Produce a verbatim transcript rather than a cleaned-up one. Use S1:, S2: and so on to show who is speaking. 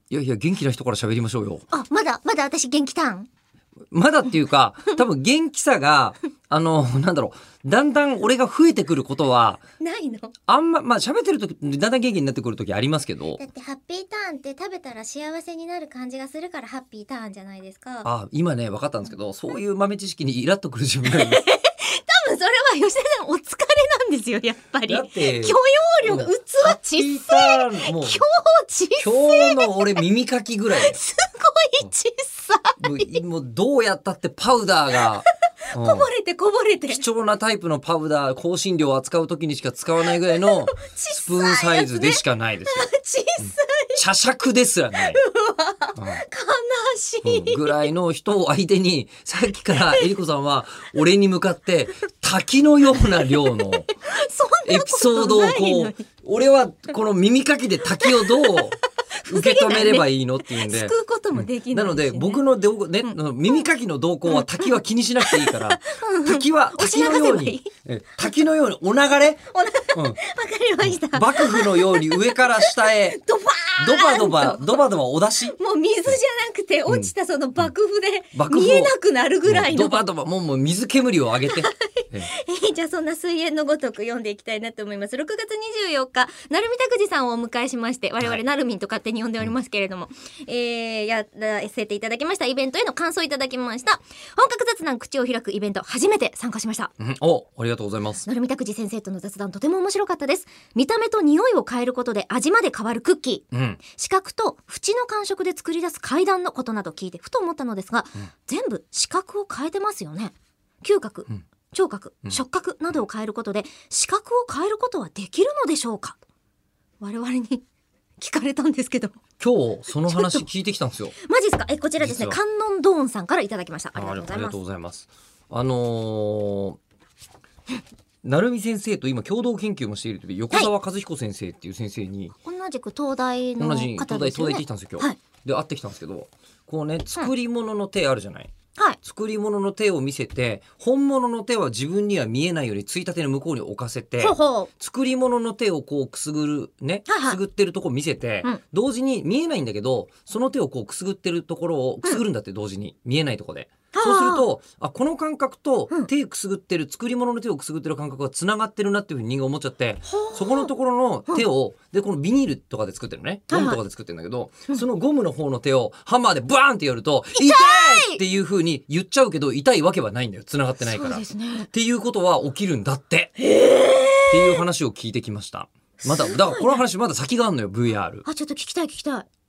S1: いやいや元気な人から喋りましょうよ。
S2: あ、まだまだ私元気ターン。
S1: まだっていうか多分元気さがあのなんだろうだんだん俺が増えてくることは
S2: ないの？
S1: あんままあ喋ってる時だんだん元気になってくる時ありますけど、
S2: だってハッピーターンって食べたら幸せになる感じがするからハッピーターンじゃないですか。
S1: あ今ね分かったんですけど、そういう豆知識にイラっとくる自分がいます
S2: 多分それは吉田さんお疲れなんですよ、やっぱり。
S1: だって
S2: 許容量が器ちっさい。
S1: もう
S2: 今日ちっさい。
S1: 今日の俺耳かきぐらい
S2: すごいちっさい。
S1: もうもうどうやったってパウダーが、うん、
S2: こぼれてこぼれて。
S1: 貴重なタイプのパウダー、香辛料を扱う時にしか使わないぐらいのスプーンサイズでしかないですよ。
S2: 小さい。
S1: 茶杓ですらない。
S2: うわ、うん、悲しい、
S1: うん、ぐらいの人を相手にさっきからえりこさんは俺に向かって滝のような量のエピソードをこう俺はこの耳かきで滝をどう受け止めればいいのっていうんで、
S2: 救うこともできない、ね、
S1: なので僕ので、ね、うん、耳かきの動向は滝は気にしなくていいから、うん、滝は滝のように滝のようにお流れ、
S2: お流れ、うん、わかりました。
S1: 幕府のように上から下へ
S2: ドバ
S1: ドバドバドバドバお出し、
S2: もう水じゃなくて落ちたその幕府で見えなくなるぐらいの、
S1: ドバドバもうもう水煙を上げて
S2: えー、じゃあそんな水泳のごとく読んでいきたいなと思います。ろくがつにじゅうよっか鳴海拓司さんをお迎えしまして、我々鳴海と勝手に呼んでおりますけれども、うん、えー、やらせていただきましたイベントへの感想いただきました。本格雑談口を開くイベント初めて参加しました、
S1: うん、おありがとうございます。
S2: 鳴海拓司先生との雑談とても面白かったです。見た目と匂いを変えることで味まで変わるクッキー、うん、視覚と縁の感触で作り出す階段のことなど聞いてふと思ったのですが、うん、全部視覚を変えてますよね。嗅覚、うん、聴覚、触覚などを変えることで視覚を変えることはできるのでしょうか。我々に聞かれたんですけど、
S1: 今日その話聞いてきたんですよ。
S2: マジですか。えこちらですね、観音ドーンさんからいただきました。ありがとうございます。
S1: ありがとうございます。あのー、鳴海先生と今共同研究もしているという横澤和彦先生っていう先生に、
S2: はい、同じく東大の方ですよね。
S1: 同じ東大東大行ってきたんですよ今日、はい、で会ってきたんですけど、こうね作り物の手あるじゃない、はい、作り物の手を見せて本物の手は自分には見えないようについたての向こうに置かせて、ほうほう、作り物の手をこうくすぐるね、はいはい、くすぐってるところ見せて、うん、同時に見えないんだけどその手をこうくすぐってるところをくすぐるんだって、同時に見えないところで、うん、そうするとあこの感覚と手くすぐってる、作り物の手をくすぐってる感覚がつながってるなっていうふうに人間思っちゃって、そこのところの手をでこのビニールとかで作ってるのね、ゴムとかで作ってるんだけど、はいはい、そのゴムの方の手をハンマーでバーンってやると痛いっていうふうに言っちゃうけど痛いわけはないんだよ、つながってないから、そうですね、っていうことは起きるんだってっていう話を聞いてきました。まだだからこの話まだ先があるのよ ブイアール。
S2: あちょっと聞きたい聞きたい。